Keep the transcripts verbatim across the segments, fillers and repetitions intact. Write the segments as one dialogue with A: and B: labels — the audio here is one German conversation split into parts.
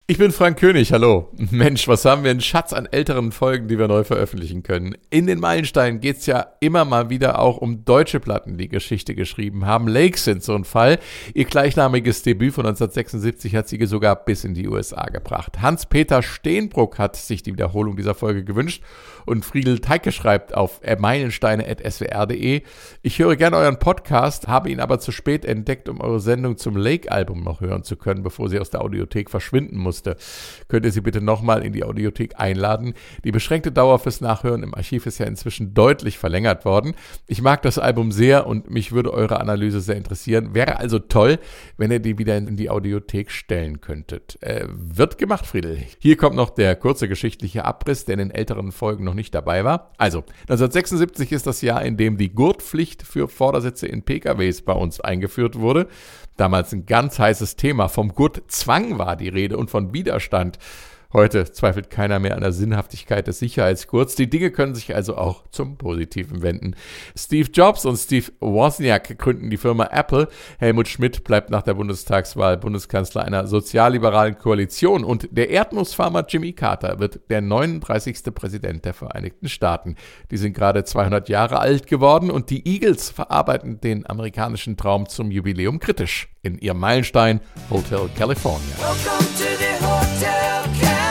A: Ich bin Frank König, hallo. Mensch, was haben wir einen Schatz an älteren Folgen, die wir neu veröffentlichen können. In den Meilensteinen geht's ja immer mal wieder auch um deutsche Platten, die Geschichte geschrieben haben. Lake sind so ein Fall. Ihr gleichnamiges Debüt von neunzehnhundertsechsundsiebzig hat sie sogar bis in die U S A gebracht. Hans-Peter Steenbruck hat sich die Wiederholung dieser Folge gewünscht und Friedel Teike schreibt auf meilensteine at s w r punkt d e. Ich höre gerne euren Podcast, habe ihn aber zu spät entdeckt, um eure Sendung zum Lake-Album noch hören zu können, bevor sie aus der Audiothek verschwinden musste. Könnt ihr sie bitte nochmal in die Audiothek einladen. Die beschränkte Dauer fürs Nachhören im Archiv ist ja inzwischen deutlich verlängert worden. Ich mag das Album sehr und mich würde eure Analyse sehr interessieren. Wäre also toll, wenn ihr die wieder in die Audiothek stellen könntet. Äh, wird gemacht, Friedel. Hier kommt noch der kurze geschichtliche Abriss, der in den älteren Folgen noch nicht dabei war. Also, neunzehnhundertsechsundsiebzig ist das Jahr, in dem die Gurtpflicht für Vordersitze in P K Ws bei uns eingeführt wurde. Damals ein ganz heißes Thema. Vom Gurtzwang war die Rede und von Widerstand. Heute zweifelt keiner mehr an der Sinnhaftigkeit des Sicherheitsgurts. Die Dinge können sich also auch zum Positiven wenden. Steve Jobs und Steve Wozniak gründen die Firma Apple. Helmut Schmidt bleibt nach der Bundestagswahl Bundeskanzler einer sozialliberalen Koalition. Und der Erdnussfarmer Jimmy Carter wird der neununddreißigste Präsident der Vereinigten Staaten. Die sind gerade zweihundert Jahre alt geworden und die Eagles verarbeiten den amerikanischen Traum zum Jubiläum kritisch in ihrem Meilenstein Hotel California. Welcome to the Hotel California.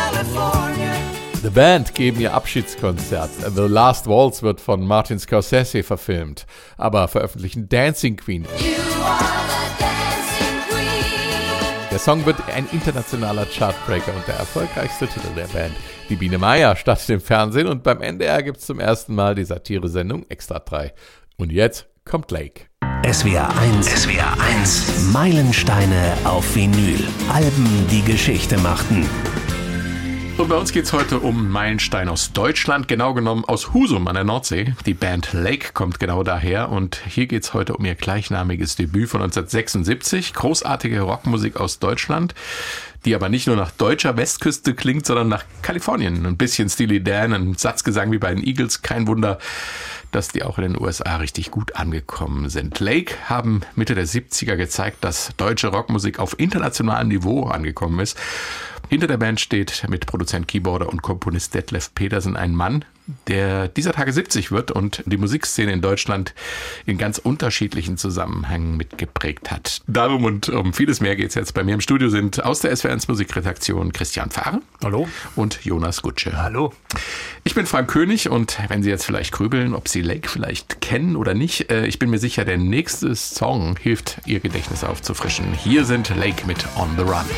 A: The Band geben ihr Abschiedskonzert. The Last Waltz wird von Martin Scorsese verfilmt, aber veröffentlichen Dancing Queen. You are the Dancing Queen. Der Song wird ein internationaler Chartbreaker und der erfolgreichste Titel der Band. Die Biene Meier startet im Fernsehen und beim N D R gibt es zum ersten Mal die Satiresendung Extra drei. Und jetzt kommt Lake.
B: S W R eins. S W R eins. Meilensteine auf Vinyl. Alben, die Geschichte machten.
C: Und bei uns geht es heute um Meilenstein aus Deutschland, genau genommen aus Husum an der Nordsee. Die Band Lake kommt genau daher und hier geht es heute um ihr gleichnamiges Debüt von neunzehnhundertsechsundsiebzig. Großartige Rockmusik aus Deutschland, die aber nicht nur nach deutscher Westküste klingt, sondern nach Kalifornien. Ein bisschen Steely Dan, ein Satzgesang wie bei den Eagles, kein Wunder, dass die auch in den U S A richtig gut angekommen sind. Lake haben Mitte der siebziger gezeigt, dass deutsche Rockmusik auf internationalem Niveau angekommen ist. Hinter der Band steht mit Produzent, Keyboarder und Komponist Detlef Petersen ein Mann, der dieser Tage siebzig wird und die Musikszene in Deutschland in ganz unterschiedlichen Zusammenhängen mitgeprägt hat. Darum und um vieles mehr geht es jetzt. Bei mir im Studio sind aus der S W R eins Musikredaktion Christian Fahre.
D: Hallo.
C: Und Jonas Gutsche.
D: Hallo.
C: Ich bin Frank König und wenn Sie jetzt vielleicht grübeln, ob Sie Lake vielleicht kennen oder nicht, äh, ich bin mir sicher, der nächste Song hilft, Ihr Gedächtnis aufzufrischen. Hier sind Lake mit On the Run.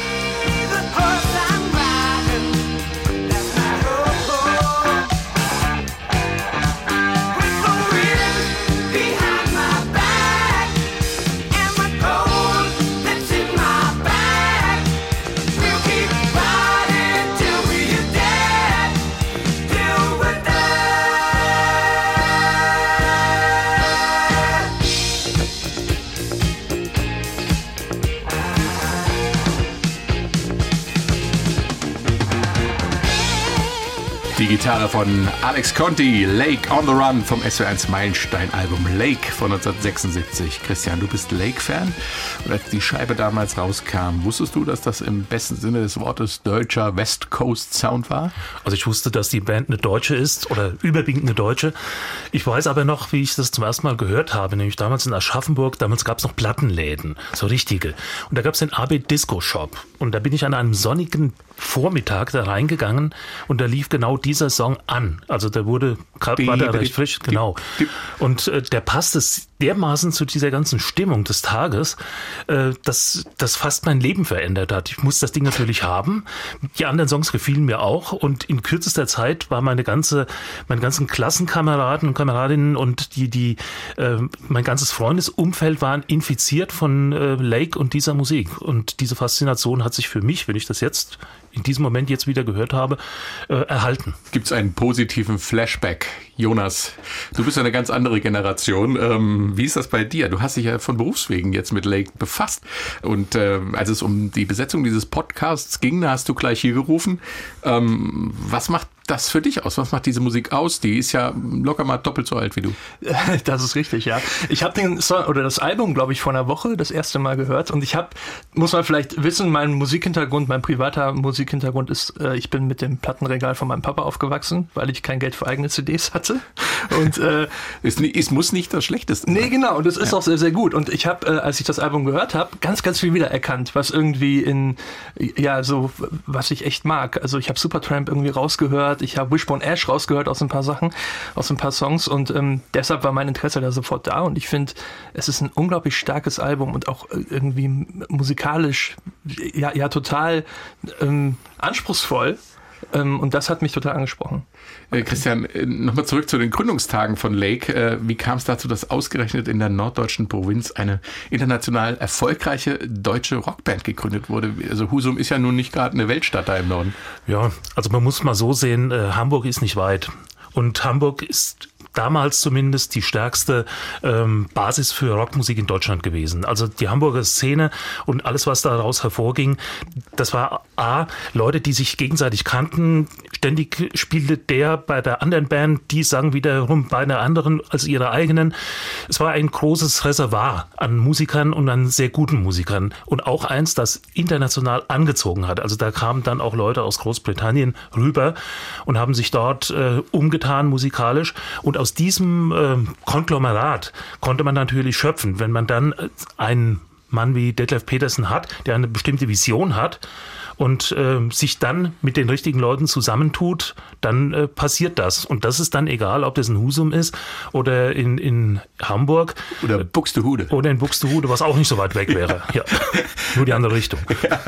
C: Die Gitarre von Alex Conti, Lake on the Run vom S W R eins Meilenstein-Album Lake von neunzehnhundertsechsundsiebzig. Christian, du bist Lake-Fan und als die Scheibe damals rauskam, wusstest du, dass das im besten Sinne des Wortes deutscher West Coast Sound war?
D: Also ich wusste, dass die Band eine Deutsche ist oder überwiegend eine Deutsche. Ich weiß aber noch, wie ich das zum ersten Mal gehört habe, nämlich damals in Aschaffenburg, damals gab es noch Plattenläden, so richtige. Und da gab es den A B Disco Shop und da bin ich an einem sonnigen Vormittag da reingegangen und da lief genau dieser Song an. Also der wurde, gerade war der recht frisch, genau. Und äh, der passte dermaßen zu dieser ganzen Stimmung des Tages, äh, dass das fast mein Leben verändert hat. Ich musste das Ding natürlich haben. Die anderen Songs gefielen mir auch und in kürzester Zeit war meine ganze, meine ganzen Klassenkameraden und Kameradinnen und die, die, äh, mein ganzes Freundesumfeld waren infiziert von äh, Lake und dieser Musik. Und diese Faszination hat sich für mich, wenn ich das jetzt in diesem Moment jetzt wieder gehört habe, äh, erhalten.
C: Gibt es einen positiven Flashback? Jonas, du bist eine ganz andere Generation. Ähm, wie ist das bei dir? Du hast dich ja von Berufswegen jetzt mit Lake befasst. Und äh, als es um die Besetzung dieses Podcasts ging, da hast du gleich hier gerufen. Ähm, was macht das für dich aus? Was macht diese Musik aus? Die ist ja locker mal doppelt so alt wie du.
E: Das ist richtig, ja. Ich habe den Song oder das Album, glaube ich, vor einer Woche das erste Mal gehört und ich habe, muss man vielleicht wissen, mein Musikhintergrund, mein privater Musikhintergrund ist, äh, ich bin mit dem Plattenregal von meinem Papa aufgewachsen, weil ich kein Geld für eigene C Ds hatte. Und äh,
C: es, es muss nicht das Schlechteste sein.
E: Nee, genau, und das ist ja auch sehr, sehr gut. Und ich habe, äh, als ich das Album gehört habe, ganz, ganz viel wiedererkannt, was irgendwie in, ja, so, was ich echt mag. Also ich habe Supertramp irgendwie rausgehört, ich habe Wishbone Ash rausgehört aus ein paar Sachen, aus ein paar Songs und ähm, deshalb war mein Interesse da sofort da und ich finde, es ist ein unglaublich starkes Album und auch irgendwie musikalisch, ja, ja total ähm, anspruchsvoll. Und das hat mich total angesprochen.
C: Äh, Christian, nochmal zurück zu den Gründungstagen von Lake. Äh, wie kam es dazu, dass ausgerechnet in der norddeutschen Provinz eine international erfolgreiche deutsche Rockband gegründet wurde? Also Husum ist ja nun nicht gerade eine Weltstadt da im Norden.
D: Ja, also man muss mal so sehen, äh, Hamburg ist nicht weit. Und Hamburg ist damals zumindest die stärkste ähm, Basis für Rockmusik in Deutschland gewesen. Also die Hamburger Szene und alles, was daraus hervorging, das war A, Leute, die sich gegenseitig kannten. Ständig spielte der bei der anderen Band, die sang wiederum bei einer anderen als ihrer eigenen. Es war ein großes Reservoir an Musikern und an sehr guten Musikern und auch eins, das international angezogen hat. Also da kamen dann auch Leute aus Großbritannien rüber und haben sich dort äh, umgetan musikalisch und aus diesem äh, Konglomerat konnte man natürlich schöpfen, wenn man dann äh, einen Mann wie Detlef Petersen hat, der eine bestimmte Vision hat und äh, sich dann mit den richtigen Leuten zusammentut, dann äh, passiert das. Und das ist dann egal, ob das in Husum ist oder in, in Hamburg.
C: Oder Buxtehude.
D: Oder in Buxtehude, was auch nicht so weit weg wäre. Ja. Ja. Nur die andere Richtung.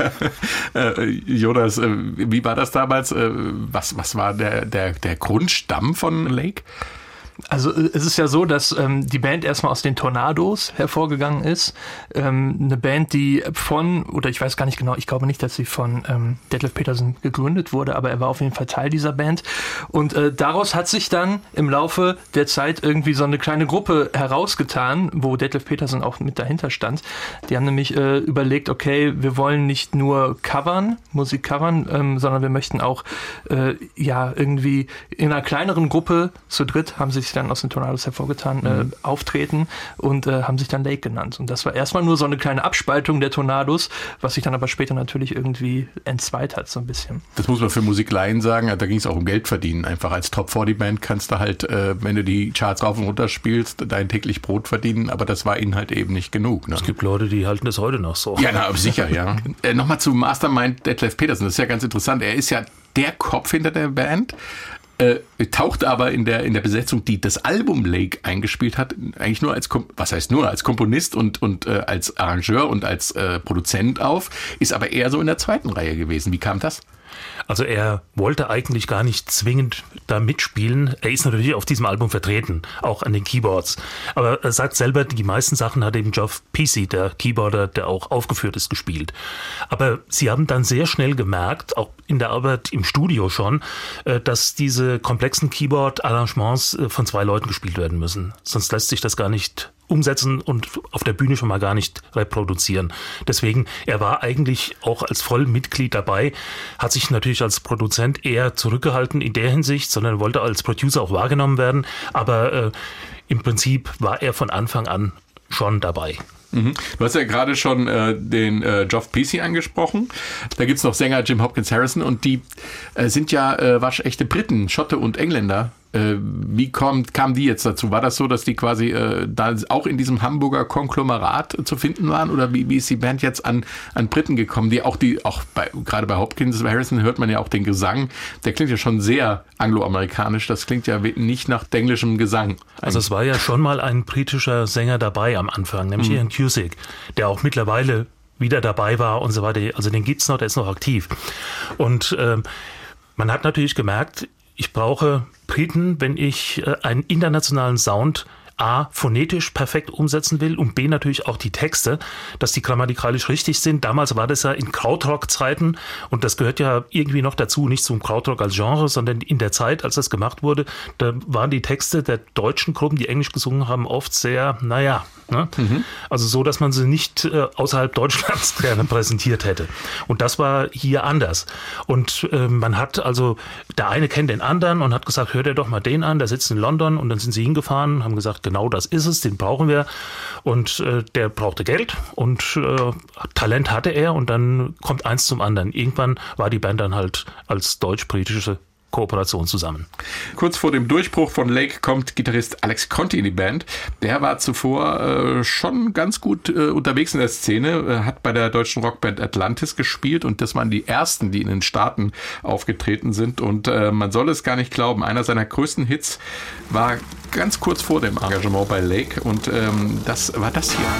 C: Ja. Äh, Jonas, äh, wie war das damals? Äh, was, was war der, der, der Grundstamm von Lake?
E: Also es ist ja so, dass ähm, die Band erstmal aus den Tornados hervorgegangen ist. Ähm, eine Band, die von, oder ich weiß gar nicht genau, ich glaube nicht, dass sie von ähm, Detlef Petersen gegründet wurde, aber er war auf jeden Fall Teil dieser Band. Und äh, daraus hat sich dann im Laufe der Zeit irgendwie so eine kleine Gruppe herausgetan, wo Detlef Petersen auch mit dahinter stand. Die haben nämlich äh, überlegt, okay, wir wollen nicht nur covern, Musik covern, ähm, sondern wir möchten auch äh, ja irgendwie in einer kleineren Gruppe zu dritt haben sie sich dann aus den Tornados hervorgetan, mhm. äh, auftreten und äh, haben sich dann Lake genannt. Und das war erstmal nur so eine kleine Abspaltung der Tornados, was sich dann aber später natürlich irgendwie entzweit hat, so ein bisschen.
C: Das muss man für Musikleien sagen, da ging es auch um Geld verdienen. Einfach als Top vierzig Band kannst du halt, äh, wenn du die Charts rauf und runter spielst, dein täglich Brot verdienen, aber das war ihnen halt eben nicht genug. Ne?
D: Es gibt Leute, die halten das heute noch so.
C: Ja, na, sicher, ja. äh, Nochmal zu Mastermind Detlef Petersen, das ist ja ganz interessant. Er ist ja der Kopf hinter der Band. Äh, taucht aber in der in der Besetzung, die das Album Lake eingespielt hat, eigentlich nur als, was heißt nur, als Komponist und und äh, als Arrangeur und als äh, Produzent auf, ist aber eher so in der zweiten Reihe gewesen. Wie kam das?
D: Also er wollte eigentlich gar nicht zwingend da mitspielen. Er ist natürlich auf diesem Album vertreten, auch an den Keyboards. Aber er sagt selber, die meisten Sachen hat eben Geoff Pesci, der Keyboarder, der auch aufgeführt ist, gespielt. Aber sie haben dann sehr schnell gemerkt, auch in der Arbeit im Studio schon, dass diese komplexen Keyboard-Arrangements von zwei Leuten gespielt werden müssen. Sonst lässt sich das gar nicht umsetzen und auf der Bühne schon mal gar nicht reproduzieren. Deswegen, er war eigentlich auch als Vollmitglied dabei, hat sich natürlich als Produzent eher zurückgehalten in der Hinsicht, sondern wollte als Producer auch wahrgenommen werden. Aber äh, im Prinzip war er von Anfang an schon dabei.
C: Mhm. Du hast ja gerade schon äh, den äh, Geoff Pesci angesprochen. Da gibt's noch Sänger Jim Hopkins Harrison und die äh, sind ja äh, waschechte Briten, Schotte und Engländer. Äh, wie kommt, kamen die jetzt dazu? War das so, dass die quasi äh, da auch in diesem Hamburger Konglomerat äh, zu finden waren? Oder wie, wie ist die Band jetzt an, an Briten gekommen? Die auch die, auch bei, gerade bei Hopkins Harrison hört man ja auch den Gesang. Der klingt ja schon sehr angloamerikanisch. Das klingt ja nicht nach englischem Gesang. Eigentlich.
D: Also es war ja schon mal ein britischer Sänger dabei am Anfang, nämlich mhm. Ian Cusick, der auch mittlerweile wieder dabei war und so weiter. Also den gibt's noch, der ist noch aktiv. Und äh, man hat natürlich gemerkt, ich brauche Briten, wenn ich äh, einen internationalen Sound A, phonetisch perfekt umsetzen will und B, natürlich auch die Texte, dass die grammatikalisch richtig sind. Damals war das ja in Krautrock-Zeiten und das gehört ja irgendwie noch dazu, nicht zum Krautrock als Genre, sondern in der Zeit, als das gemacht wurde, da waren die Texte der deutschen Gruppen, die Englisch gesungen haben, oft sehr, naja, ne? Mhm. Also so, dass man sie nicht äh, außerhalb Deutschlands gerne präsentiert hätte. Und das war hier anders. Und äh, man hat also, der eine kennt den anderen und hat gesagt, hör dir doch mal den an, der sitzt in London, und dann sind sie hingefahren, haben gesagt, genau das ist es, den brauchen wir. Und äh, der brauchte Geld und äh, Talent hatte er, und dann kommt eins zum anderen. Irgendwann war die Band dann halt als deutsch-britische Kooperation zusammen.
C: Kurz vor dem Durchbruch von Lake kommt Gitarrist Alex Conti in die Band. Der war zuvor äh, schon ganz gut äh, unterwegs in der Szene, äh, hat bei der deutschen Rockband Atlantis gespielt, und das waren die ersten, die in den Staaten aufgetreten sind, und äh, man soll es gar nicht glauben, einer seiner größten Hits war ganz kurz vor dem Engagement bei Lake, und ähm, das war das hier.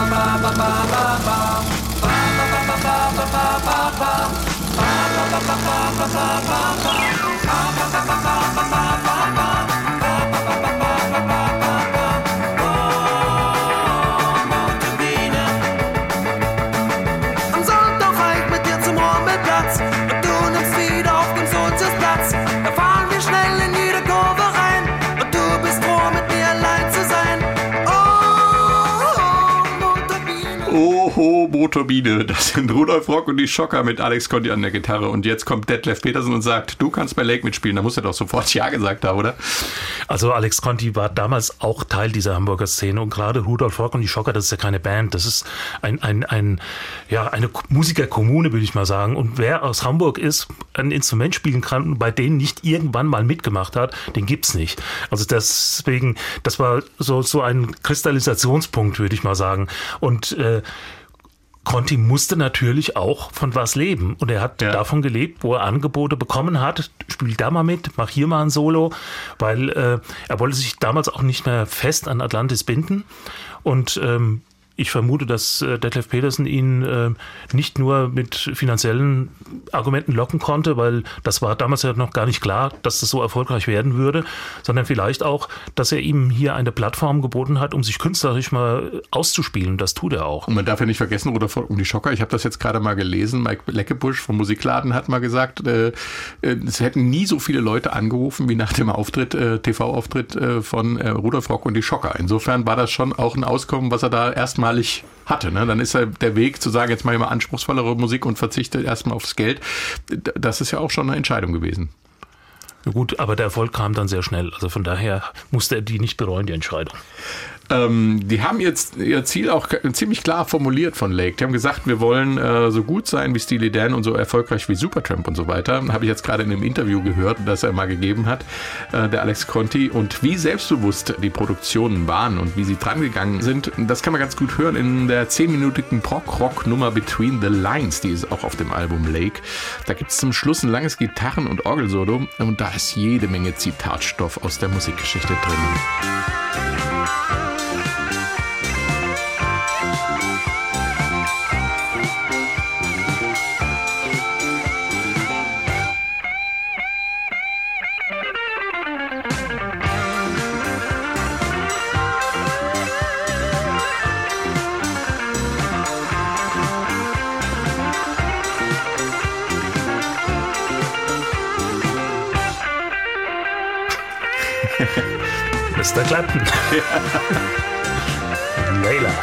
F: Am Sonntag fahr ich mit dir zum Rummelplatz und du nimmst wieder auf dem Soziusplatz. Da fahren wir schnell in jede Kurve rein und du bist froh, mit mir allein zu sein. Oh, Motorbiene.
C: Oho, Motorbiene. Das sind Rudolf Rock und die Schocker mit Alex Conti an der Gitarre. Und jetzt kommt Detlef Petersen und sagt, du kannst bei Lake mitspielen. Da muss er doch sofort Ja gesagt haben, oder?
D: Also Alex Conti war damals auch Teil dieser Hamburger Szene, und gerade Rudolf Rock und die Schocker, das ist ja keine Band, das ist ein, ein, ein, ja, eine Musikerkommune, würde ich mal sagen. Und wer aus Hamburg ist, ein Instrument spielen kann und bei denen nicht irgendwann mal mitgemacht hat, den gibt's nicht. Also deswegen, das war so, so ein Kristallisationspunkt, würde ich mal sagen. Und äh, Conti musste natürlich auch von was leben, und er hat ja davon gelebt, wo er Angebote bekommen hat, spiel da mal mit, mach hier mal ein Solo, weil äh, er wollte sich damals auch nicht mehr fest an Atlantis binden, und ähm, ich vermute, dass äh, Detlef Petersen ihn äh, nicht nur mit finanziellen Argumenten locken konnte, weil das war damals ja noch gar nicht klar, dass das so erfolgreich werden würde, sondern vielleicht auch, dass er ihm hier eine Plattform geboten hat, um sich künstlerisch mal auszuspielen. Das tut er auch.
C: Und man darf ja nicht vergessen, Rudolf Rock und die Schocker, ich habe das jetzt gerade mal gelesen, Mike Leckebusch vom Musikladen hat mal gesagt, äh, es hätten nie so viele Leute angerufen wie nach dem Auftritt, äh, T V-Auftritt äh, von äh, Rudolf Rock und die Schocker. Insofern war das schon auch ein Auskommen, was er da erstmalig hatte. Ne? Dann ist ja der Weg zu sagen, jetzt mache ich mal anspruchsvollere Musik und verzichte erstmal aufs Geld. Das ist ja auch schon eine Entscheidung gewesen.
D: Ja gut, aber der Erfolg kam dann sehr schnell. Also von daher musste er die nicht bereuen, die Entscheidung.
C: Ähm, die haben jetzt ihr Ziel auch ziemlich klar formuliert von Lake. Die haben gesagt, wir wollen äh, so gut sein wie Steely Dan und so erfolgreich wie Supertramp und so weiter. Habe ich jetzt gerade in einem Interview gehört, das er mal gegeben hat, äh, der Alex Conti. Und wie selbstbewusst die Produktionen waren und wie sie dran gegangen sind, das kann man ganz gut hören in der zehnminütigen Prog-Rock-Nummer Between the Lines, die ist auch auf dem Album Lake. Da gibt es zum Schluss ein langes Gitarren- und Orgelsolo, und da ist jede Menge Zitatstoff aus der Musikgeschichte drin.
D: Mister Clapton. Ja. Layla.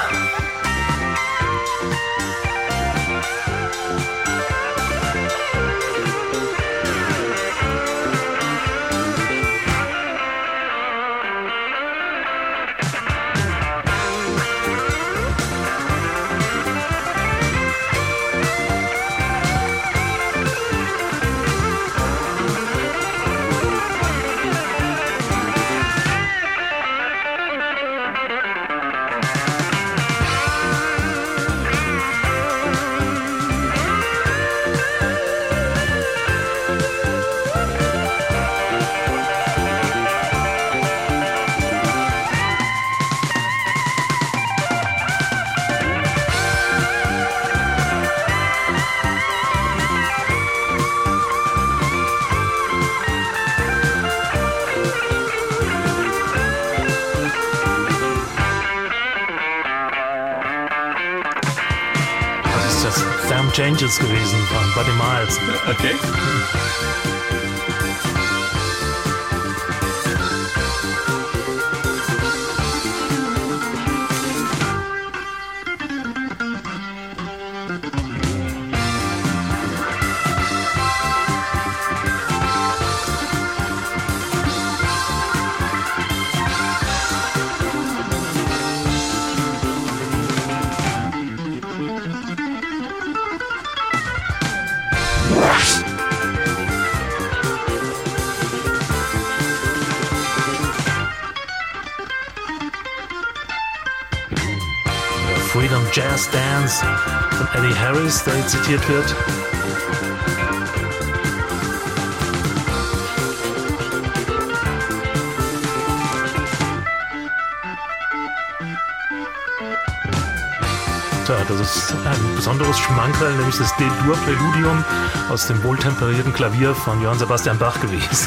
D: Changes gewesen von Buddy Miles.
C: Okay.
D: Freedom Jazz Dance von Eddie Harris, der zitiert wird. Tja, das ist ein besonderes Schmankerl, nämlich das D-Dur-Präludium aus dem wohltemperierten Klavier von Johann Sebastian Bach gewesen.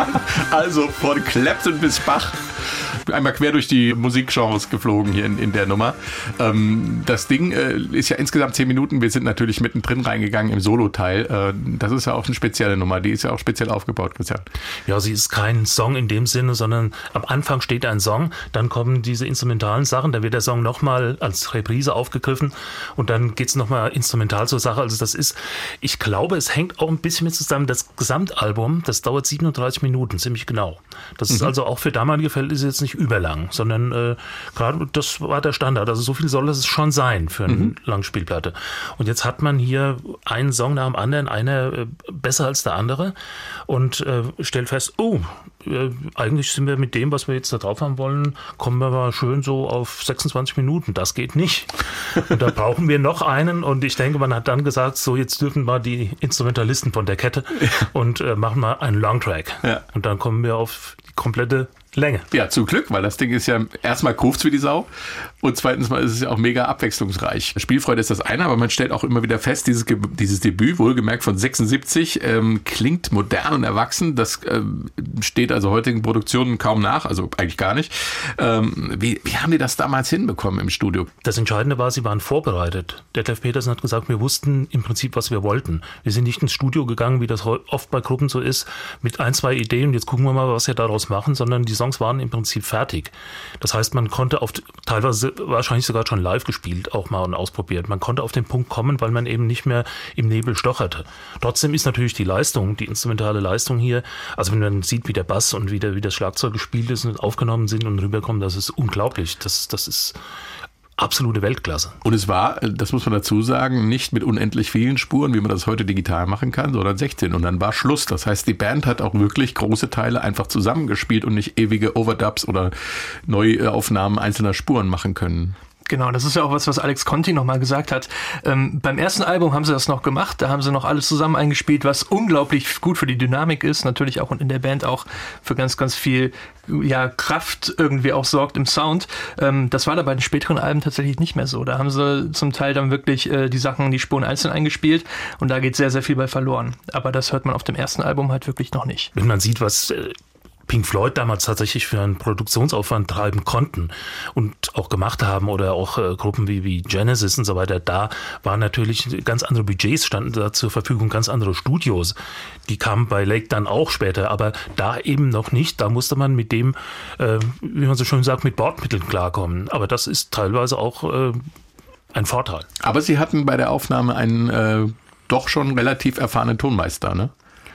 C: Also von Clapton bis Bach. Einmal quer durch die Musikgenres geflogen hier in, in der Nummer. Ähm, das Ding äh, ist ja insgesamt zehn Minuten. Wir sind natürlich mittendrin reingegangen im Solo-Teil. Äh, das ist ja auch eine spezielle Nummer. Die ist ja auch speziell aufgebaut, Christian.
D: Ja, sie ist kein Song in dem Sinne, sondern am Anfang steht ein Song, dann kommen diese instrumentalen Sachen, dann wird der Song nochmal als Reprise aufgegriffen und dann geht's nochmal instrumental zur Sache. Also das ist, ich glaube, es hängt auch ein bisschen mit zusammen. Das Gesamtalbum, das dauert siebenunddreißig Minuten, ziemlich genau. Das mhm. ist also auch für damalige Verhältnisse jetzt nicht überlang, sondern äh, gerade das war der Standard. Also so viel soll es schon sein für eine mhm. Langspielplatte. Und jetzt hat man hier einen Song nach dem anderen, einer äh, besser als der andere und äh, stellt fest, oh, äh, eigentlich sind wir mit dem, was wir jetzt da drauf haben wollen, kommen wir mal schön so auf sechsundzwanzig Minuten. Das geht nicht. Und da brauchen wir noch einen und ich denke, man hat dann gesagt, so jetzt dürfen wir die Instrumentalisten von der Kette und äh, machen mal einen Longtrack. Ja. Und dann kommen wir auf die komplette Länge.
C: Ja, zum Glück, weil das Ding ist ja erstmal kurz wie die Sau und zweitens mal ist es ja auch mega abwechslungsreich. Spielfreude ist das eine, aber man stellt auch immer wieder fest, dieses, dieses Debüt, wohlgemerkt von sechsundsiebzig, ähm, klingt modern und erwachsen. Das ähm, steht also heutigen Produktionen kaum nach, also eigentlich gar nicht. Ähm, wie, wie haben die das damals hinbekommen im Studio?
D: Das Entscheidende war, sie waren vorbereitet. Detlef Petersen hat gesagt, wir wussten im Prinzip, was wir wollten. Wir sind nicht ins Studio gegangen, wie das oft bei Gruppen so ist, mit ein, zwei Ideen und jetzt gucken wir mal, was wir daraus machen, sondern die Songs waren im Prinzip fertig. Das heißt, man konnte auf, teilweise wahrscheinlich sogar schon live gespielt, auch mal und ausprobiert. Man konnte auf den Punkt kommen, weil man eben nicht mehr im Nebel stocherte. Trotzdem ist natürlich die Leistung, die instrumentale Leistung hier, also wenn man sieht, wie der Bass und wie, der, wie das Schlagzeug gespielt ist und aufgenommen sind und rüberkommen, das ist unglaublich. Das, das ist absolute Weltklasse.
C: Und es war, das muss man dazu sagen, nicht mit unendlich vielen Spuren, wie man das heute digital machen kann, sondern sechzehn. Und dann war Schluss. Das heißt, die Band hat auch wirklich große Teile einfach zusammengespielt und nicht ewige Overdubs oder Neuaufnahmen einzelner Spuren machen können.
E: Genau, das ist ja auch was, was Alex Conti nochmal gesagt hat. Ähm, beim ersten Album haben sie das noch gemacht, da haben sie noch alles zusammen eingespielt, was unglaublich gut für die Dynamik ist, natürlich auch in der Band auch für ganz, ganz viel ja, Kraft irgendwie auch sorgt im Sound. Ähm, das war da bei den späteren Alben tatsächlich nicht mehr so. Da haben sie zum Teil dann wirklich äh, die Sachen, die Spuren einzeln eingespielt und da geht sehr, sehr viel bei verloren. Aber das hört man auf dem ersten Album halt wirklich noch nicht.
D: Wenn man sieht, was Äh Pink Floyd damals tatsächlich für einen Produktionsaufwand treiben konnten und auch gemacht haben oder auch äh, Gruppen wie, wie Genesis und so weiter, da waren natürlich ganz andere Budgets, standen da zur Verfügung, ganz andere Studios. Die kamen bei Lake dann auch später, aber da eben noch nicht. Da musste man mit dem, äh, wie man so schön sagt, mit Bordmitteln klarkommen. Aber das ist teilweise auch äh, ein Vorteil.
C: Aber Sie hatten bei der Aufnahme einen äh, doch schon relativ erfahrenen Tonmeister, ne?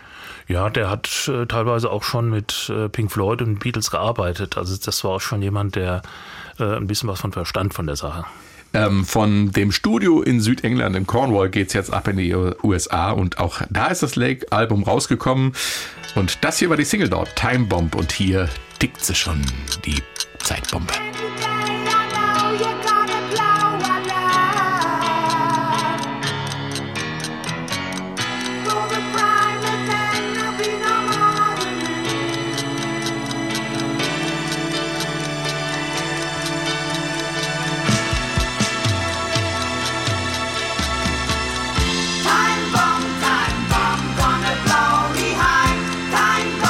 D: Ja, der hat äh, teilweise auch schon mit äh, Pink Floyd und Beatles gearbeitet. Also das war auch schon jemand, der äh, ein bisschen was von Verstand von der Sache.
C: Ähm, von dem Studio in Südengland in Cornwall geht's jetzt ab in die U S A und auch da ist das Lake-Album rausgekommen. Und das hier war die Single dort, Time Bomb. Und hier tickt sie schon, die Zeitbombe.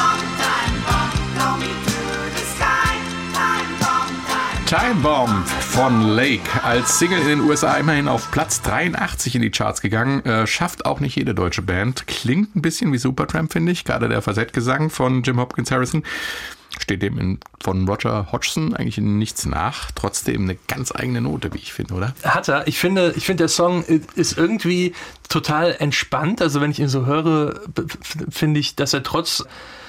C: Time Bomb von Lake. Als Single in den U S A immerhin auf Platz dreiundachtzig in die Charts gegangen. Äh, schafft auch nicht jede deutsche Band. Klingt ein bisschen wie Supertramp, finde ich. Gerade der Falsettgesang von Jim Hopkins Harrison steht dem in, von Roger Hodgson eigentlich in nichts nach. Trotzdem eine ganz eigene Note, wie ich finde, oder?
E: Hat er. Ich finde, ich finde, der Song ist irgendwie total entspannt. Also wenn ich ihn so höre, finde ich, dass er trotz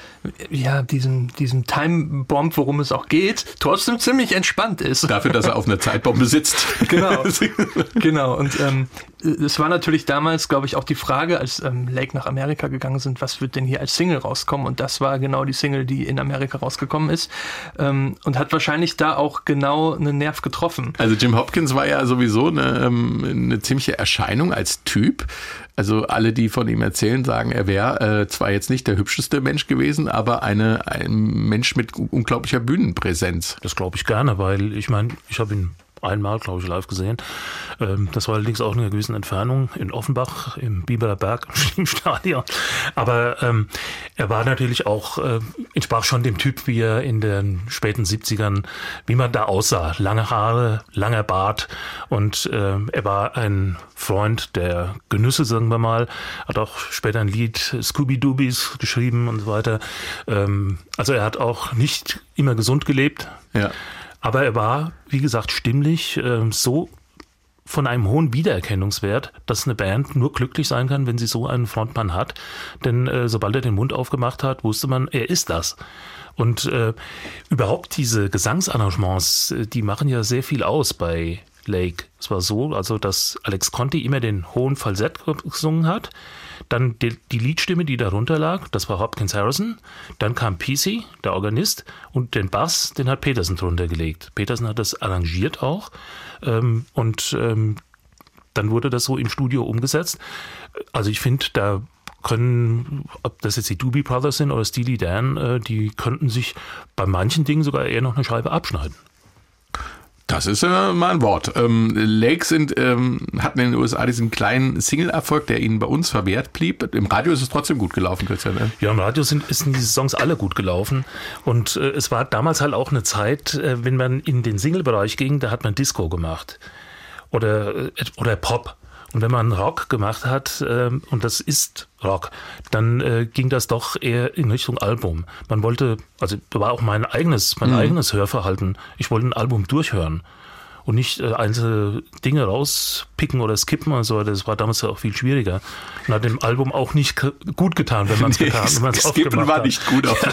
E: ja, diesem, diesem Time-Bomb, worum es auch geht, trotzdem ziemlich entspannt ist.
C: Dafür, dass er auf einer Zeitbombe sitzt.
E: Genau, genau. Und ähm, es war natürlich damals, glaube ich, auch die Frage, als ähm, Lake nach Amerika gegangen sind, was wird denn hier als Single rauskommen? Und das war genau die Single, die in Amerika rausgekommen ist. Ähm, und hat wahrscheinlich da auch genau einen Nerv getroffen.
C: Also Jim Hopkins war ja sowieso eine, eine ziemliche Erscheinung als Typ. Also alle, die von ihm erzählen, sagen, er wäre äh, zwar jetzt nicht der hübscheste Mensch gewesen, aber eine, ein Mensch mit unglaublicher Bühnenpräsenz.
D: Das glaube ich gerne, weil ich meine, ich habe ihn einmal, glaube ich, live gesehen. Ähm, das war allerdings auch in einer gewissen Entfernung in Offenbach im Biberer Berg im Stadion. Aber ähm, er war natürlich auch, äh, entsprach schon dem Typ, wie er in den späten siebzigern, wie man da aussah. Lange Haare, langer Bart und äh, er war ein Freund der Genüsse, sagen wir mal. Hat auch später ein Lied Scooby-Doobies geschrieben und so weiter. Ähm, also er hat auch nicht immer gesund gelebt.
C: Ja.
D: Aber er war, wie gesagt, stimmlich äh, so von einem hohen Wiedererkennungswert, dass eine Band nur glücklich sein kann, wenn sie so einen Frontmann hat. Denn äh, sobald er den Mund aufgemacht hat, wusste man, er ist das. Und äh, überhaupt diese Gesangsarrangements, äh, die machen ja sehr viel aus bei Lake. Es war so, also dass Alex Conti immer den hohen Falsett gesungen hat. Dann die, die Liedstimme, die darunter lag, das war Hopkins Harrison. Dann kam P C, der Organist, und den Bass, den hat Peterson drunter gelegt. Peterson hat das arrangiert auch. Ähm, und ähm, dann wurde das so im Studio umgesetzt. Also ich finde, da können, ob das jetzt die Doobie Brothers sind oder Steely Dan, äh, die könnten sich bei manchen Dingen sogar eher noch eine Scheibe abschneiden.
C: Das ist äh, mal ein Wort. Ähm, Lake sind, ähm, hatten in den U S A diesen kleinen Single-Erfolg, der ihnen bei uns verwehrt blieb. Im Radio ist es trotzdem gut gelaufen, Christian. Ne?
D: Ja, im Radio sind, sind diese Songs alle gut gelaufen. Und äh, es war damals halt auch eine Zeit, äh, wenn man in den Single-Bereich ging, da hat man Disco gemacht. Oder, äh, oder Pop. Und wenn man Rock gemacht hat, äh, und das ist Rock, dann äh, ging das doch eher in Richtung Album. Man wollte, also war auch mein eigenes, mein mhm. eigenes Hörverhalten. Ich wollte ein Album durchhören und nicht äh, einzelne Dinge rauspicken oder skippen und so. Das war damals ja auch viel schwieriger. Und hat dem Album auch nicht k- gut getan, wenn man es
C: nee,
D: getan wenn man's
C: Skippen war hat. Nicht gut. Auf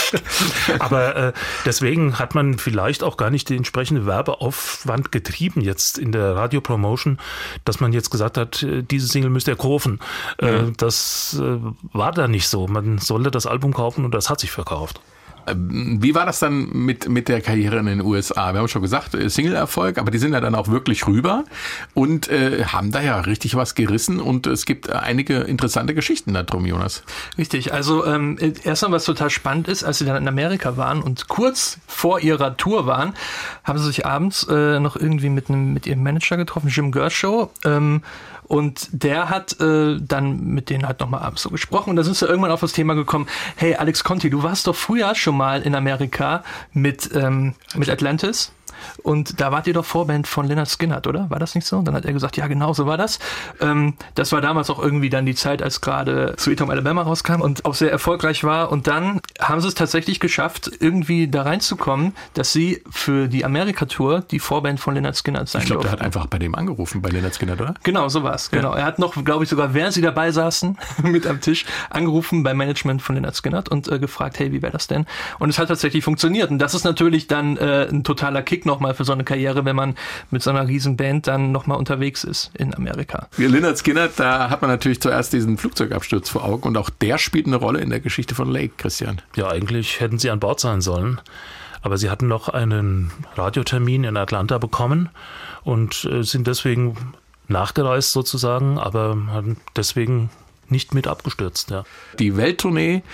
D: Aber äh, deswegen hat man vielleicht auch gar nicht den entsprechenden Werbeaufwand getrieben jetzt in der Radiopromotion, dass man jetzt gesagt hat, diese Single müsst ihr kaufen. Mhm. Äh, das äh, war da nicht so. Man sollte das Album kaufen und das hat sich verkauft.
C: Wie war das dann mit, mit der Karriere in den U S A? Wir haben schon gesagt, Single-Erfolg, aber die sind ja dann auch wirklich rüber und äh, haben da ja richtig was gerissen und es gibt einige interessante Geschichten da drum, Jonas.
E: Richtig, also ähm, erstmal, was total spannend ist, als sie dann in Amerika waren und kurz vor ihrer Tour waren, haben sie sich abends äh, noch irgendwie mit einem mit ihrem Manager getroffen, Jim Gershow, ähm, und der hat äh, dann mit denen halt nochmal abends so gesprochen und da sind sie irgendwann auf das Thema gekommen, hey Alex Conti, du warst doch früher schon mal in Amerika mit, ähm, mit Atlantis. Und da wart ihr doch Vorband von Lynyrd Skynyrd, oder? War das nicht so? Und dann hat er gesagt, ja genau, so war das. Ähm, das war damals auch irgendwie dann die Zeit, als gerade Sweet Home Alabama rauskam und auch sehr erfolgreich war. Und dann haben sie es tatsächlich geschafft, irgendwie da reinzukommen, dass sie für die Amerika-Tour die Vorband von Lynyrd Skynyrd sein
C: Ich glaube, der
E: durften.
C: hat einfach bei dem angerufen, bei Lynyrd Skynyrd, oder?
E: Genau, so war's. Genau. Ja. Er hat noch, glaube ich, sogar während sie dabei saßen, mit am Tisch, angerufen beim Management von Lynyrd Skynyrd und äh, gefragt, hey, wie wäre das denn? Und es hat tatsächlich funktioniert. Und das ist natürlich dann äh, ein totaler Kick nochmal für so eine Karriere, wenn man mit so einer riesen Band dann nochmal unterwegs ist in Amerika.
C: Lynyrd Skynyrd, da hat man natürlich zuerst diesen Flugzeugabsturz vor Augen und auch der spielt eine Rolle in der Geschichte von Lake, Christian.
D: Ja, eigentlich hätten sie an Bord sein sollen, aber sie hatten noch einen Radiotermin in Atlanta bekommen und äh, sind deswegen nachgereist sozusagen, aber haben deswegen nicht mit abgestürzt. Ja.
C: Die Welttournee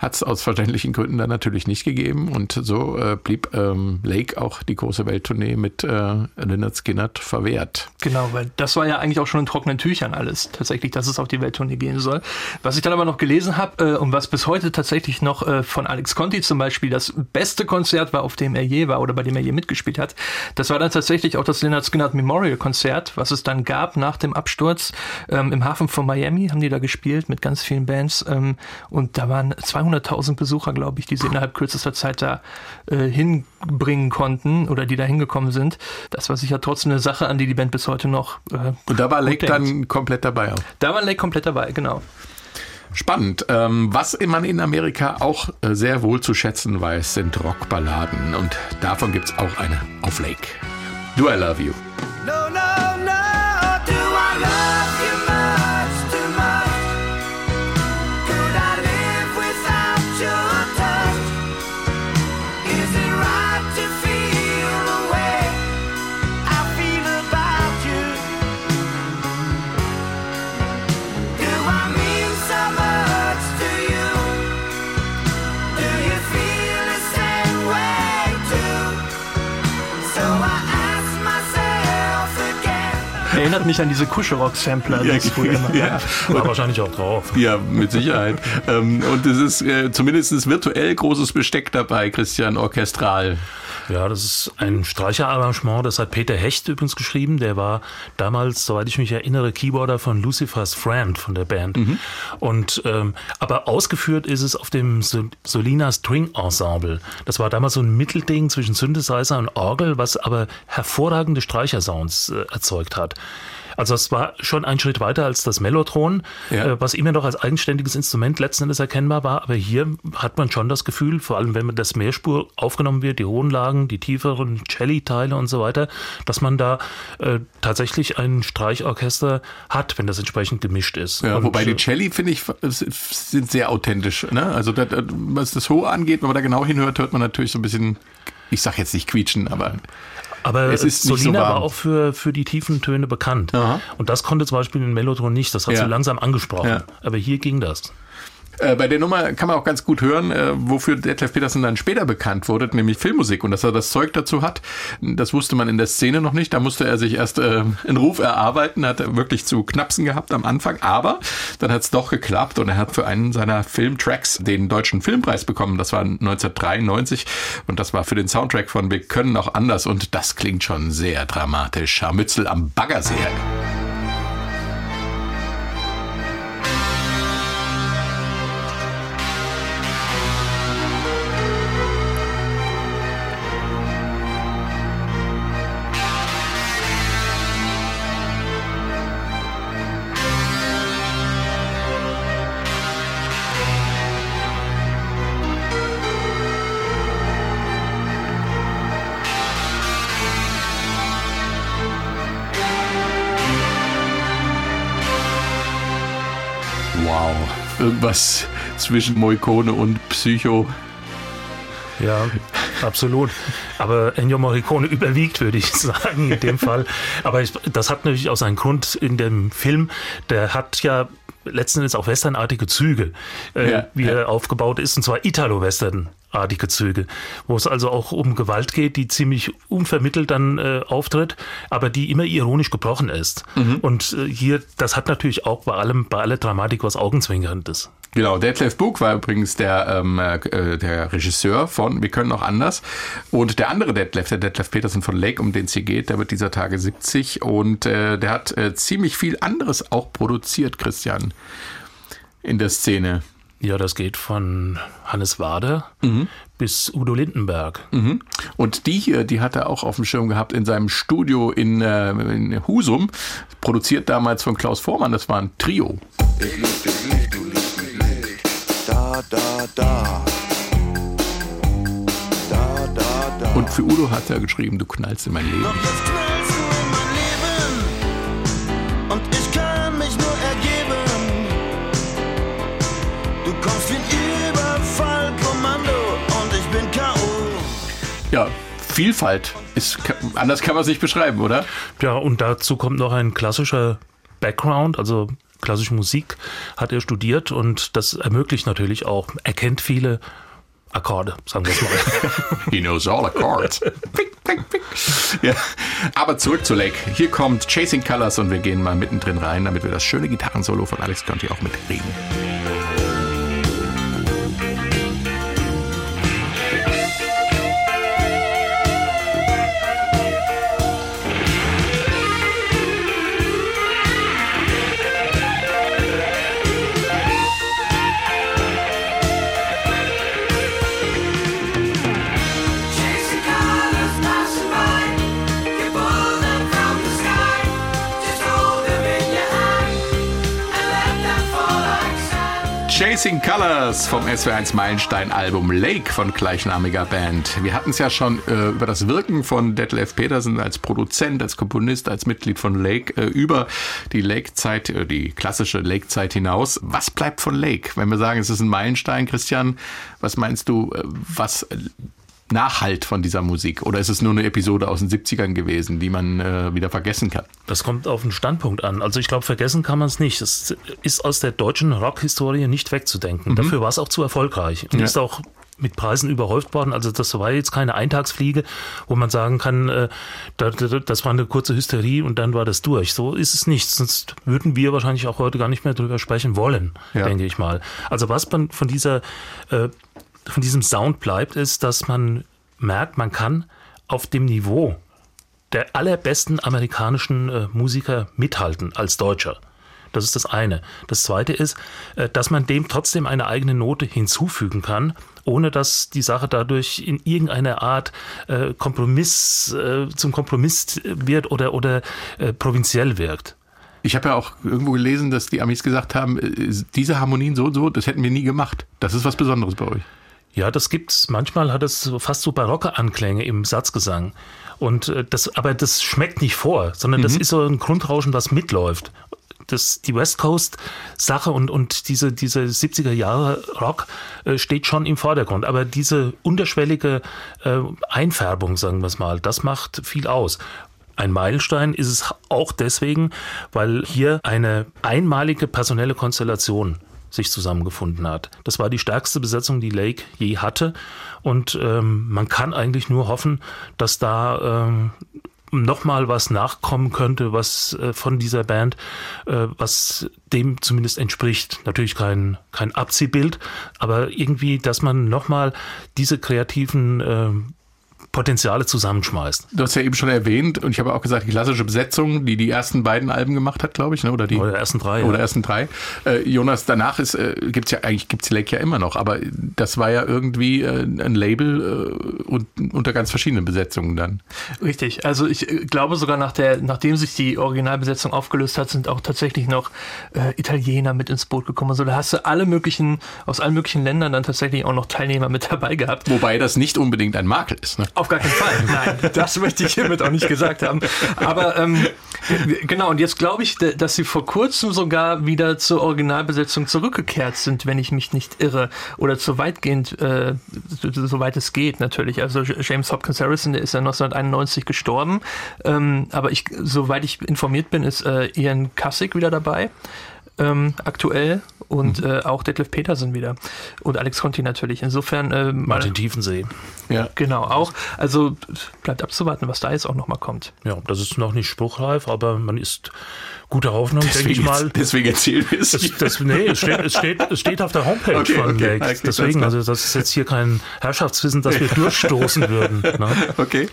C: hat es aus verständlichen Gründen dann natürlich nicht gegeben. Und so äh, blieb ähm, Lake auch die große Welttournee mit äh, Lynyrd Skynyrd verwehrt.
E: Genau, weil das war ja eigentlich auch schon in trockenen Tüchern alles, tatsächlich, dass es auf die Welttournee gehen soll. Was ich dann aber noch gelesen habe äh, und was bis heute tatsächlich noch äh, von Alex Conti zum Beispiel das beste Konzert war, auf dem er je war oder bei dem er je mitgespielt hat, das war dann tatsächlich auch das Lynyrd Skynyrd Memorial Konzert, was es dann gab nach dem Absturz ähm, im Hafen von Miami, haben die da gespielt mit ganz vielen Bands ähm, und da waren zweihunderttausend Besucher, glaube ich, die sie innerhalb kürzester Zeit da äh, hinbringen konnten oder die da hingekommen sind. Das war sicher trotzdem eine Sache, an die die Band bis heute noch äh,
C: Und da war Lake
E: denkt.
C: dann komplett dabei auch.
E: Da war Lake komplett dabei, genau.
C: Spannend. Ähm, was man in Amerika auch äh, sehr wohl zu schätzen weiß, sind Rockballaden. Und davon gibt es auch eine auf Lake. Do I Love You?
F: No, no, no. Do I love you much, too much? Could I live without your touch? Is it right to feel the way I feel about you? Do I mean so much to you? Do you feel the same way too? So I ask myself again.
E: Erinnert mich an diese Kuschelrock-Sampler. die es früher immer
C: Ja.
E: gab.
D: War wahrscheinlich auch drauf.
C: Ja, mit Sicherheit. ähm, und es ist äh, zumindest virtuell großes Besteck dabei, Christian, orchestral.
D: Ja, das ist ein Streicherarrangement, das hat Peter Hecht übrigens geschrieben. Der war damals, soweit ich mich erinnere, Keyboarder von Lucifer's Friend von der Band. Mhm. Und ähm, aber ausgeführt ist es auf dem Sol- Solina String Ensemble. Das war damals so ein Mittelding zwischen Synthesizer und Orgel, was aber hervorragende Streichersounds äh, erzeugt hat. Also es war schon ein Schritt weiter als das Mellotron,
C: Ja.
D: äh, was immer noch als eigenständiges Instrument letzten Endes erkennbar war. Aber hier hat man schon das Gefühl, vor allem wenn man das Mehrspur aufgenommen wird, die hohen Lagen, die tieferen Celli-Teile und so weiter, dass man da äh, tatsächlich ein Streichorchester hat, wenn das entsprechend gemischt ist.
C: Ja,
D: und,
C: wobei die
D: äh,
C: Celli, finde ich, sind sehr authentisch. Ne? Also das, was das Hohe angeht, wenn man da genau hinhört, hört man natürlich so ein bisschen, ich sag jetzt nicht quietschen, aber...
D: Aber
C: Es ist nicht so
D: Solina
C: warm.
D: war auch für, für die tiefen Töne bekannt.
C: Aha.
D: Und das konnte zum Beispiel in Mellotron nicht. Das hat
C: Ja.
D: sie langsam angesprochen.
C: Ja.
D: Aber hier ging das.
C: Äh, bei der Nummer kann man auch ganz gut hören, äh, wofür Detlef Petersen dann später bekannt wurde, nämlich Filmmusik. Und dass er das Zeug dazu hat, das wusste man in der Szene noch nicht. Da musste er sich erst äh, einen Ruf erarbeiten, hat er wirklich zu knapsen gehabt am Anfang. Aber dann hat es doch geklappt und er hat für einen seiner Filmtracks den Deutschen Filmpreis bekommen. Das war neunzehnhundertdreiundneunzig und das war für den Soundtrack von Wir können auch anders. Und das klingt schon sehr dramatisch. Scharmützel am Baggersee. Wow, irgendwas zwischen Moikone und Psycho.
D: Ja, absolut. Aber Ennio Morricone überwiegt, würde ich sagen, in dem Fall. Aber ich, das hat natürlich auch seinen Grund in dem Film. Der hat ja letzten Endes auch westernartige Züge, äh,
C: Ja,
D: wie
C: ja.
D: er aufgebaut ist, und zwar Italo-Western. Artige Züge, wo es also auch um Gewalt geht, die ziemlich unvermittelt dann äh, auftritt, aber die immer ironisch gebrochen ist.
C: Mhm.
D: Und äh, hier, das hat natürlich auch bei allem, bei aller Dramatik was Augenzwinkerndes.
C: Genau, Detlef Buck war übrigens der, ähm, äh, der Regisseur von Wir können auch anders. Und der andere Detlef, der Detlef Petersen von Lake, um den es hier geht, der wird dieser Tage siebzig. Und äh, der hat äh, ziemlich viel anderes auch produziert, Christian, in der Szene.
D: Ja, das geht von Hannes Wader
C: Mhm.
D: bis Udo Lindenberg.
C: Mhm. Und die hier, die hat er auch auf dem Schirm gehabt in seinem Studio in, äh, in Husum, produziert damals von Klaus Vormann. Das war ein Trio.
G: Ich lieb dich nicht, du liebst mich nicht. Da, da, da. Da, da, da.
C: Und für Udo hat er geschrieben, du knallst in mein Leben.
F: Doch jetzt knallst du in mein Leben und ich kann mich nur ergeben. Du kommst wie ein Überfallkommando und ich bin K O
C: Ja, Vielfalt. Ist, anders kann man es nicht beschreiben, oder?
D: Ja, und dazu kommt noch ein klassischer Background, also klassische Musik hat er studiert und das ermöglicht natürlich auch, er kennt viele Akkorde, sagen wir es mal.
C: He knows all the chords. Ja. Aber zurück zu Lake. Hier kommt Chasing Colors und wir gehen mal mittendrin rein, damit wir das schöne Gitarrensolo von Alex Conti auch mitkriegen.
F: Chasing colors passing by, you pull them from the sky. Just hold them in your hand and let them fall like sand.
C: Chasing Colors vom S W R eins Meilenstein-Album Lake von gleichnamiger Band. Wir hatten es ja schon äh, über das Wirken von Detlef Petersen als Produzent, als Komponist, als Mitglied von Lake, äh, über die Lake-Zeit, äh, die klassische Lake-Zeit hinaus. Was bleibt von Lake? Wenn wir sagen, es ist ein Meilenstein, Christian, was meinst du, äh, was äh, Nachhalt von dieser Musik? Oder ist es nur eine Episode aus den siebzigern gewesen, die man äh, wieder vergessen kann?
D: Das kommt auf den Standpunkt an. Also ich glaube, vergessen kann man es nicht. Es ist aus der deutschen Rockhistorie nicht wegzudenken. Mhm. Dafür war es auch zu erfolgreich und
C: Ja.
D: ist auch mit Preisen überhäuft worden. Also das war jetzt keine Eintagsfliege, wo man sagen kann, äh, da, da, das war eine kurze Hysterie und dann war das durch. So ist es nicht. Sonst würden wir wahrscheinlich auch heute gar nicht mehr drüber sprechen wollen,
C: Ja.
D: denke ich mal. Also was man von dieser äh, von diesem Sound bleibt, ist, dass man merkt, man kann auf dem Niveau der allerbesten amerikanischen äh, Musiker mithalten als Deutscher. Das ist das eine. Das zweite ist, äh, dass man dem trotzdem eine eigene Note hinzufügen kann, ohne dass die Sache dadurch in irgendeiner Art äh, Kompromiss äh, zum Kompromiss wird oder, oder äh, provinziell wirkt.
C: Ich habe ja auch irgendwo gelesen, dass die Amis gesagt haben, äh, diese Harmonien so und so, das hätten wir nie gemacht. Das ist was Besonderes bei euch.
D: Ja, das gibt's. Manchmal hat es so fast so barocke Anklänge im Satzgesang. Und äh, das, aber das schmeckt nicht vor, sondern das ist so ein Grundrauschen, was mitläuft. Das, die West Coast Sache und, und diese, diese siebziger Jahre Rock äh, steht schon im Vordergrund. Aber diese unterschwellige äh, Einfärbung, sagen wir es mal, das macht viel aus. Ein Meilenstein ist es auch deswegen, weil hier eine einmalige personelle Konstellation sich zusammengefunden hat. Das war die stärkste Besetzung, die Lake je hatte. Und ähm, man kann eigentlich nur hoffen, dass da ähm, nochmal was nachkommen könnte, was äh, von dieser Band, äh, was dem zumindest entspricht. Natürlich kein, kein Abziehbild, aber irgendwie, dass man nochmal diese kreativen äh, Potenziale zusammenschmeißt.
C: Du hast ja eben schon erwähnt, und ich habe auch gesagt, die klassische Besetzung, die die ersten beiden Alben gemacht hat, glaube ich, ne? Oder die
D: Oder ersten drei.
C: Oder
D: ja.
C: ersten drei. Äh, Jonas, danach ist, äh, gibt's ja, eigentlich gibt's Lake ja immer noch, aber das war ja irgendwie äh, ein Label äh, und unter ganz verschiedenen Besetzungen dann.
E: Richtig, also ich äh, glaube sogar, nach der, nachdem sich die Originalbesetzung aufgelöst hat, sind auch tatsächlich noch äh, Italiener mit ins Boot gekommen. Also da hast du alle möglichen, aus allen möglichen Ländern dann tatsächlich auch noch Teilnehmer mit dabei gehabt.
C: Wobei das nicht unbedingt ein Makel ist, ne?
E: Auf gar keinen Fall, nein, das möchte ich hiermit auch nicht gesagt haben. Aber ähm, genau, und jetzt glaube ich, dass sie vor kurzem sogar wieder zur Originalbesetzung zurückgekehrt sind, wenn ich mich nicht irre. Oder so weitgehend, äh, soweit es geht natürlich. Also James Hopkins Harrison, der ist ja neunzehnhunderteinundneunzig gestorben. Ähm, aber ich, soweit ich informiert bin, ist äh, Ian Cussick wieder dabei. Ähm, aktuell und mhm. äh, auch Detlef Petersen wieder und Alex Conti natürlich. Insofern äh,
D: Martin Tiefensee.
C: Ja.
E: Genau, auch. Also bleibt abzuwarten, was da jetzt auch nochmal kommt.
D: Ja, das ist noch nicht spruchreif, aber man ist guter Hoffnung, denke ich
C: Deswegen,
D: mal.
C: deswegen erzählen wir es.
D: Das, das, nee, es steht, es, steht, es steht auf der Homepage
C: Okay,
D: von
C: okay,
D: Lake.
C: okay,
D: Deswegen,
C: alles klar.
D: also das ist jetzt hier kein Herrschaftswissen, das wir durchstoßen würden. Ne?
C: Okay.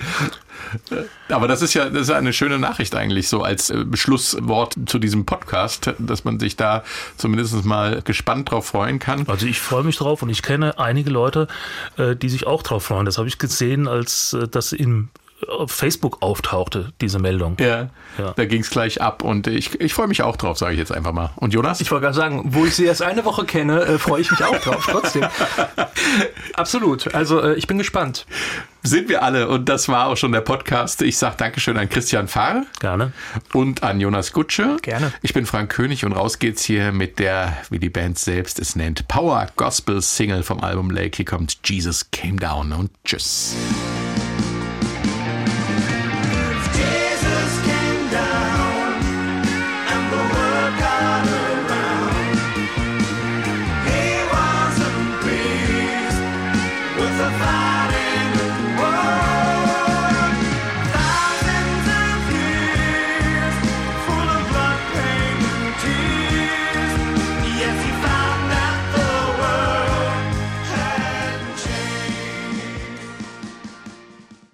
C: Aber das ist ja, das ist eine schöne Nachricht eigentlich, so als äh, Schlusswort zu diesem Podcast, dass man sich da zumindest mal gespannt drauf freuen kann.
D: Also ich freue mich drauf und ich kenne einige Leute, äh, die sich auch drauf freuen. Das habe ich gesehen, als äh, das im auf Facebook auftauchte, diese Meldung.
C: Ja,
D: Ja.
C: da ging es gleich ab und ich, ich freue mich auch drauf, sage ich jetzt einfach mal. Und Jonas?
E: Ich wollte gerade sagen, wo ich sie erst eine Woche kenne, äh, freue ich mich auch drauf, trotzdem. Absolut, also äh, ich bin gespannt.
C: Sind wir alle und das war auch schon der Podcast. Ich sage Dankeschön an Christian Fahr
D: Gerne.
C: und an Jonas Gutsche.
E: Gerne.
C: Ich bin Frank König und raus geht's hier mit der, wie die Band selbst es nennt, Power Gospel Single vom Album Lake. Hier kommt Jesus Came Down und tschüss.